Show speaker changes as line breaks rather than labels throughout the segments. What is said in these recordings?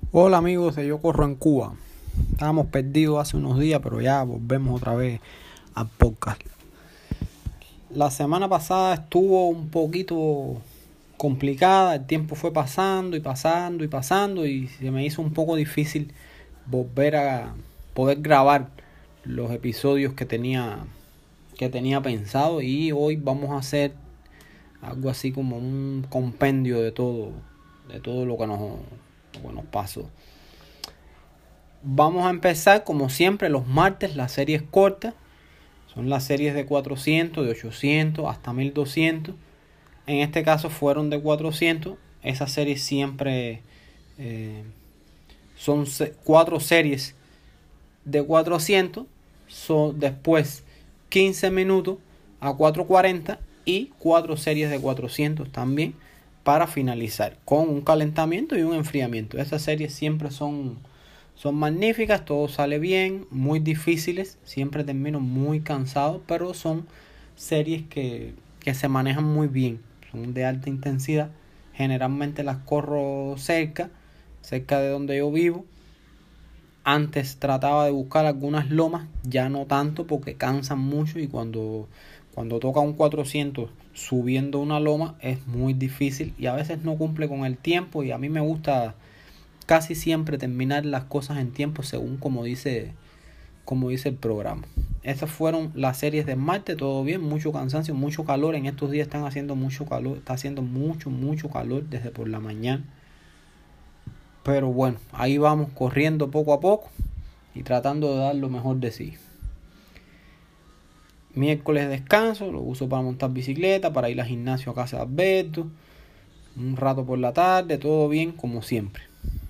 Hola amigos de Yo Corro en Cuba. Estábamos perdidos hace unos días, pero ya volvemos otra vez al podcast. La semana pasada estuvo un poquito complicada, el tiempo fue pasando y se me hizo un poco difícil volver a poder grabar los episodios que tenía pensado, y hoy vamos a hacer algo así como un compendio de todo lo que nos pasó. Vamos a empezar como siempre los martes, las series cortas. Son las series de 400, de 800 hasta 1200. En este caso fueron de 400. Esas series siempre son 4 series de 400. Son después 15 minutos a 440 y 4 series de 400 también para finalizar con un calentamiento y un enfriamiento. Esas series siempre son magníficas, todo sale bien, muy difíciles, siempre termino muy cansado, pero son series que se manejan muy bien, son de alta intensidad. Generalmente las corro cerca de donde yo vivo. Antes trataba de buscar algunas lomas, ya no tanto porque cansan mucho, y cuando toca un 400 subiendo una loma es muy difícil y a veces no cumple con el tiempo, y a mí me gusta casi siempre terminar las cosas en tiempo según como dice el programa. Esas fueron las series de martes, todo bien, mucho cansancio, mucho calor. En estos días están haciendo mucho calor, está haciendo mucho calor desde por la mañana. Pero bueno, ahí vamos corriendo poco a poco y tratando de dar lo mejor de sí. Miércoles descanso, lo uso para montar bicicleta, para ir al gimnasio a casa de Alberto, un rato por la tarde, todo bien como siempre.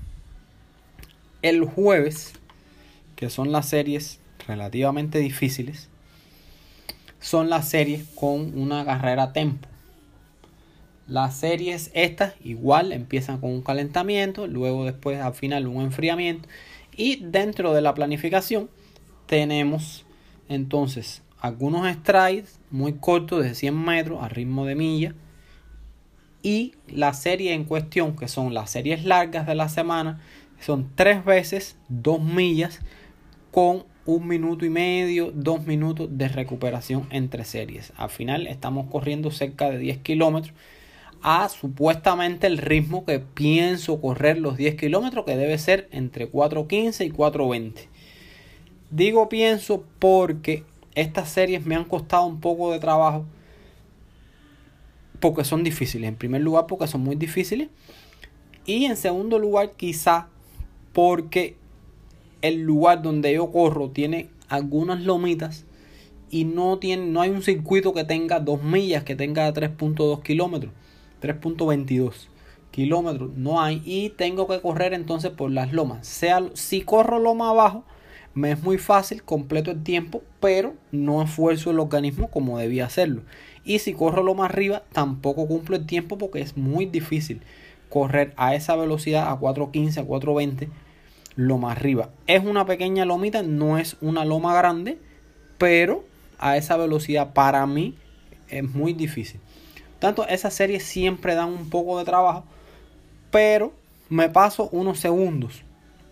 El jueves, que son las series relativamente difíciles, son las series con una carrera a tempo. Las series estas igual empiezan con un calentamiento, luego después al final un enfriamiento, y dentro de la planificación tenemos entonces algunos strides muy cortos de 100 metros a ritmo de milla, y la serie en cuestión, que son las series largas de la semana, son 3 veces 2 millas con 1 minuto y medio, 2 minutos de recuperación entre series. Al final estamos corriendo cerca de 10 kilómetros a supuestamente el ritmo que pienso correr los 10 kilómetros, que debe ser entre 4.15 y 4.20. Digo pienso porque estas series me han costado un poco de trabajo, porque son difíciles. En primer lugar porque son muy difíciles, y en segundo lugar quizá porque el lugar donde yo corro tiene algunas lomitas y no hay un circuito que tenga 2 millas, que tenga 3.2 kilómetros, 3.22 kilómetros, no hay, y tengo que correr entonces por las lomas. Si corro loma abajo me es muy fácil, completo el tiempo, pero no esfuerzo el organismo como debía hacerlo. Y si corro loma arriba tampoco cumplo el tiempo, porque es muy difícil correr a esa velocidad, a 4.15, a 4.20, loma arriba. Es una pequeña lomita, no es una loma grande, pero a esa velocidad para mí es muy difícil. Tanto esas series siempre dan un poco de trabajo, pero me paso unos segunditos,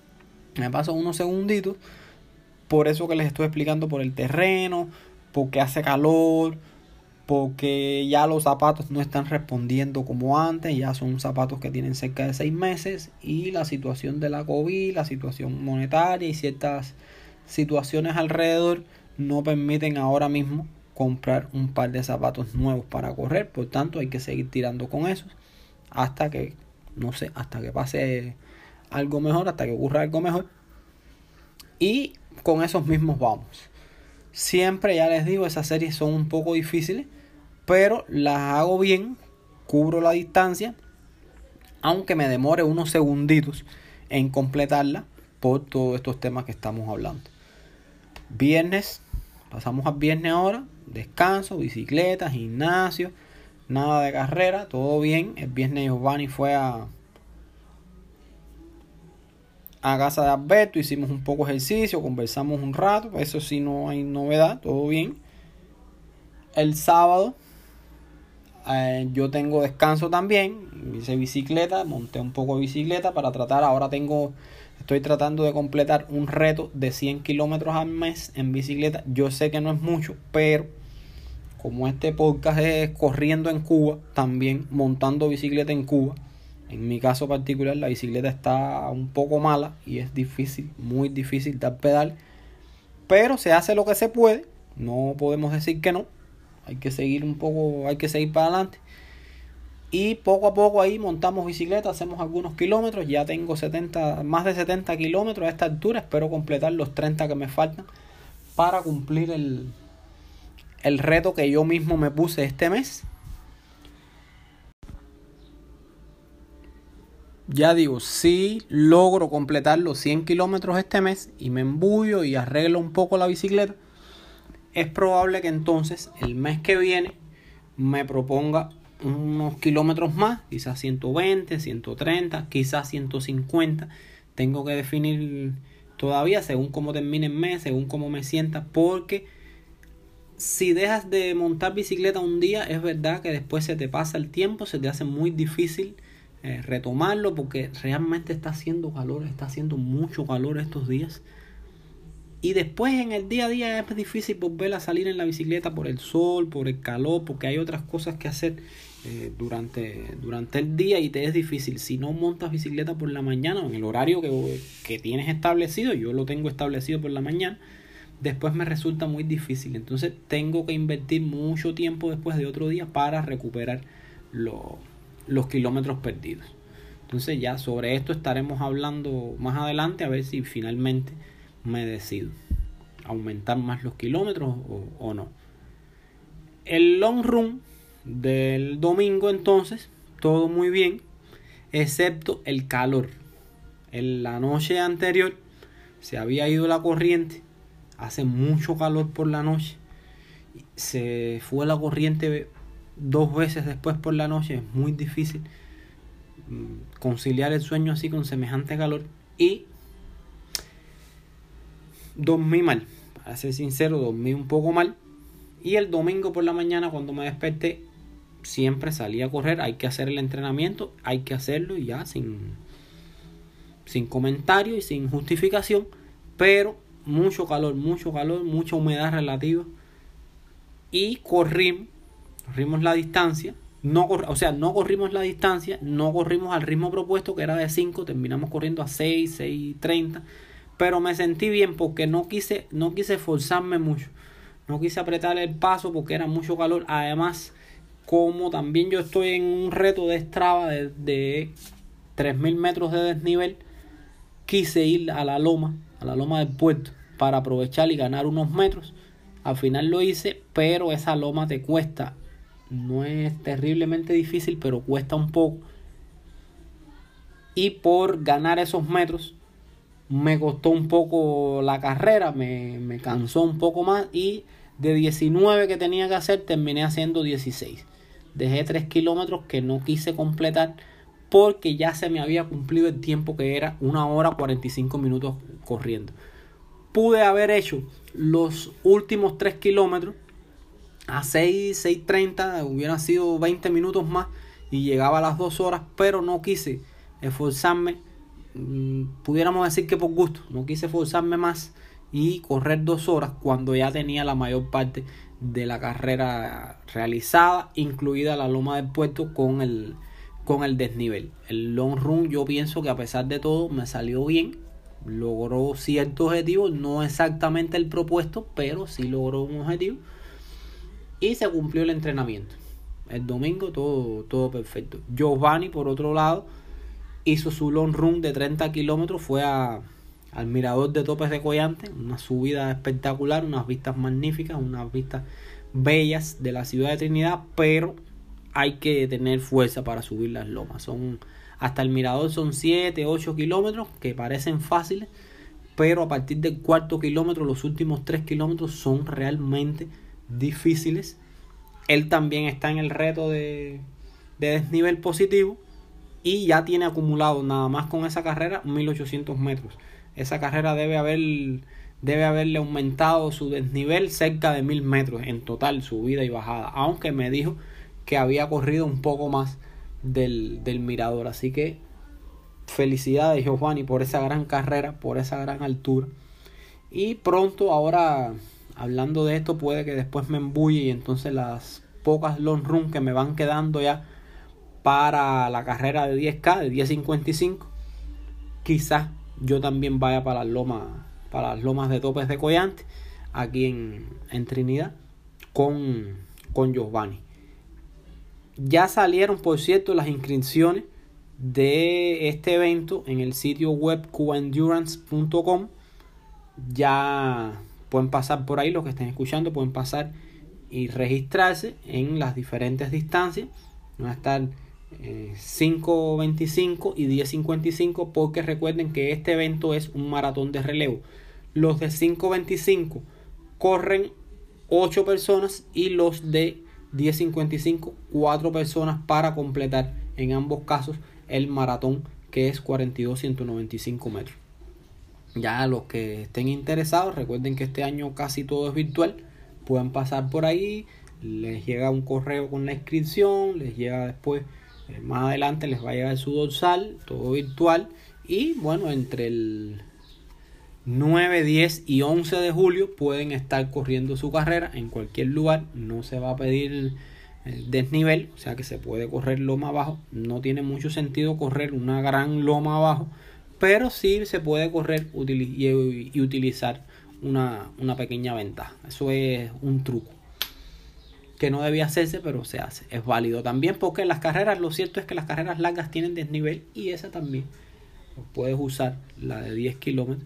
por eso que les estoy explicando, por el terreno, porque hace calor, porque ya los zapatos no están respondiendo como antes, ya son zapatos que tienen cerca de 6 meses, y la situación de la COVID, la situación monetaria y ciertas situaciones alrededor no permiten ahora mismo comprar un par de zapatos nuevos para correr. Por tanto hay que seguir tirando con esos hasta que pase algo mejor, hasta que ocurra algo mejor, y con esos mismos vamos. Siempre, ya les digo, esas series son un poco difíciles, pero las hago bien, cubro la distancia, aunque me demore unos segunditos en completarla por todos estos temas que estamos hablando. Viernes, pasamos al viernes ahora, descanso, bicicleta, gimnasio, nada de carrera, todo bien. El viernes Giovanni fue a casa de Alberto, hicimos un poco de ejercicio, conversamos un rato, eso sí, no hay novedad, todo bien. El sábado yo tengo descanso también. Hice bicicleta, monté un poco de bicicleta para tratar. Estoy tratando de completar un reto de 100 kilómetros al mes en bicicleta. Yo sé que no es mucho, pero como este podcast es corriendo en Cuba, también montando bicicleta en Cuba. En mi caso particular, la bicicleta está un poco mala y es difícil, muy difícil dar pedal. Pero se hace lo que se puede. No podemos decir que no. Hay que seguir para adelante. Y poco a poco ahí montamos bicicleta, hacemos algunos kilómetros. Ya tengo más de 70 kilómetros a esta altura. Espero completar los 30 que me faltan para cumplir el reto que yo mismo me puse este mes. Ya digo, si logro completar los 100 kilómetros este mes y me embullo y arreglo un poco la bicicleta, es probable que entonces el mes que viene me proponga unos kilómetros más, quizás 120, 130, quizás 150. Tengo que definir todavía según cómo termine el mes, según cómo me sienta, porque si dejas de montar bicicleta un día, es verdad que después se te pasa el tiempo, se te hace muy difícil retomarlo, porque realmente está haciendo calor, está haciendo mucho calor estos días. Y después en el día a día es difícil volver a salir en la bicicleta por el sol, por el calor, porque hay otras cosas que hacer durante el día y te es difícil. Si no montas bicicleta por la mañana, en el horario que tienes establecido, yo lo tengo establecido por la mañana, después me resulta muy difícil. Entonces tengo que invertir mucho tiempo después de otro día para recuperar los kilómetros perdidos. Entonces ya sobre esto estaremos hablando más adelante, a ver si finalmente me decido aumentar más los kilómetros o no. El long run del domingo, entonces todo muy bien, excepto el calor. En la noche anterior se había ido la corriente, hace mucho calor por la noche, se fue la corriente 2 veces después por la noche. Es muy difícil conciliar el sueño así con semejante calor, y dormí mal, para ser sincero, dormí un poco mal. Y el domingo por la mañana, cuando me desperté, siempre salí a correr. Hay que hacer el entrenamiento, hay que hacerlo, y ya sin comentario y sin justificación. Pero mucho calor, mucha humedad relativa, y corrimos la distancia. No corrimos la distancia, no corrimos al ritmo propuesto, que era de 5, terminamos corriendo a 6:30. Pero me sentí bien porque no quise esforzarme mucho. No quise apretar el paso porque era mucho calor. Además, como también yo estoy en un reto de Strava de 3.000 metros de desnivel, quise ir a la loma del puerto para aprovechar y ganar unos metros. Al final lo hice, pero esa loma te cuesta. No es terriblemente difícil, pero cuesta un poco. Y por ganar esos metros me costó un poco la carrera, me cansó un poco más, y de 19 que tenía que hacer terminé haciendo 16. Dejé 3 kilómetros que no quise completar porque ya se me había cumplido el tiempo, que era 1 hora 45 minutos corriendo. Pude haber hecho los últimos 3 kilómetros a 6:30, hubieran sido 20 minutos más y llegaba a las 2 horas, pero no quise esforzarme. Pudiéramos decir que por gusto, no quise forzarme más y correr 2 horas cuando ya tenía la mayor parte de la carrera realizada, incluida la loma del puerto con el desnivel. El long run, yo pienso que a pesar de todo me salió bien, logró cierto objetivo, no exactamente el propuesto, pero sí logró un objetivo y se cumplió el entrenamiento. El domingo todo perfecto. Giovanni, por otro lado, hizo su long run de 30 kilómetros, fue al mirador de Topes de Collante, una subida espectacular, unas vistas magníficas, unas vistas bellas de la ciudad de Trinidad, pero hay que tener fuerza para subir las lomas. Hasta el mirador son 7-8 kilómetros que parecen fáciles, pero a partir del 4.º kilómetro, los últimos 3 kilómetros son realmente difíciles. Él también está en el reto de desnivel positivo, y ya tiene acumulado nada más con esa carrera 1.800 metros. Esa carrera debe haberle aumentado su desnivel cerca de 1.000 metros en total, subida y bajada. Aunque me dijo que había corrido un poco más del mirador. Así que felicidades, Giovanni, por esa gran carrera, por esa gran altura. Y pronto, ahora hablando de esto, puede que después me embulle y entonces las pocas long run que me van quedando ya para la carrera de 10K, de 10.55, quizás yo también vaya para las lomas de Topes de Collante, aquí en Trinidad, con Giovanni. Ya salieron, por cierto, las inscripciones de este evento en el sitio web cubaendurance.com. Ya pueden pasar por ahí, los que estén escuchando pueden pasar y registrarse en las diferentes distancias. Van a estar 5.25 y 10.55, porque recuerden que este evento es un maratón de relevo. Los de 5.25 corren 8 personas y los de 10.55 4 personas para completar en ambos casos el maratón, que es 42.195 metros. Ya los que estén interesados, recuerden que este año casi todo es virtual, pueden pasar por ahí, les llega un correo con la inscripción, les llega después, más adelante les va a llegar su dorsal, todo virtual. Y bueno, entre el 9, 10 y 11 de julio pueden estar corriendo su carrera en cualquier lugar. No se va a pedir desnivel, o sea que se puede correr loma abajo. No tiene mucho sentido correr una gran loma abajo, pero sí se puede correr y utilizar una pequeña ventaja. Eso es un truco que no debía hacerse, pero se hace. Es válido también, porque las carreras, lo cierto es que las carreras largas tienen desnivel, y esa también puedes usar, la de 10 kilómetros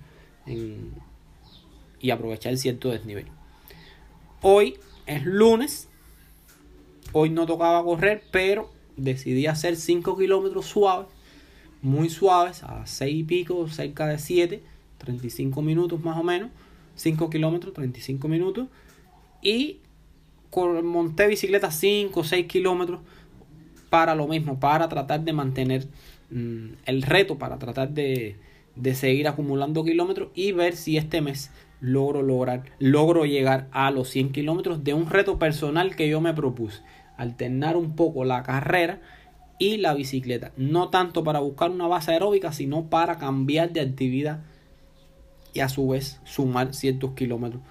y aprovechar el cierto desnivel. Hoy es lunes, hoy no tocaba correr, pero decidí hacer 5 kilómetros suaves, muy suaves, a 6 y pico, cerca de 7, 35 minutos más o menos. 5 kilómetros, 35 minutos. Y monté bicicleta 5 o 6 kilómetros para lo mismo, para tratar de mantener el reto, para tratar de seguir acumulando kilómetros y ver si este mes logro llegar a los 100 kilómetros de un reto personal que yo me propuse. Alternar un poco la carrera y la bicicleta, no tanto para buscar una base aeróbica, sino para cambiar de actividad y a su vez sumar ciertos kilómetros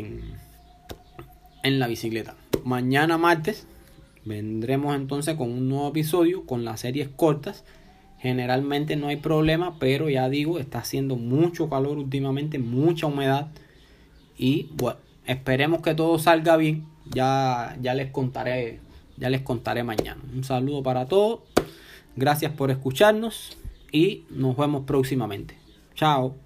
en la bicicleta. Mañana martes vendremos entonces con un nuevo episodio con las series cortas. Generalmente no hay problema, pero ya digo, está haciendo mucho calor últimamente, mucha humedad, y bueno, esperemos que todo salga bien. Ya les contaré mañana. Un saludo para todos, gracias por escucharnos y nos vemos próximamente. Chao.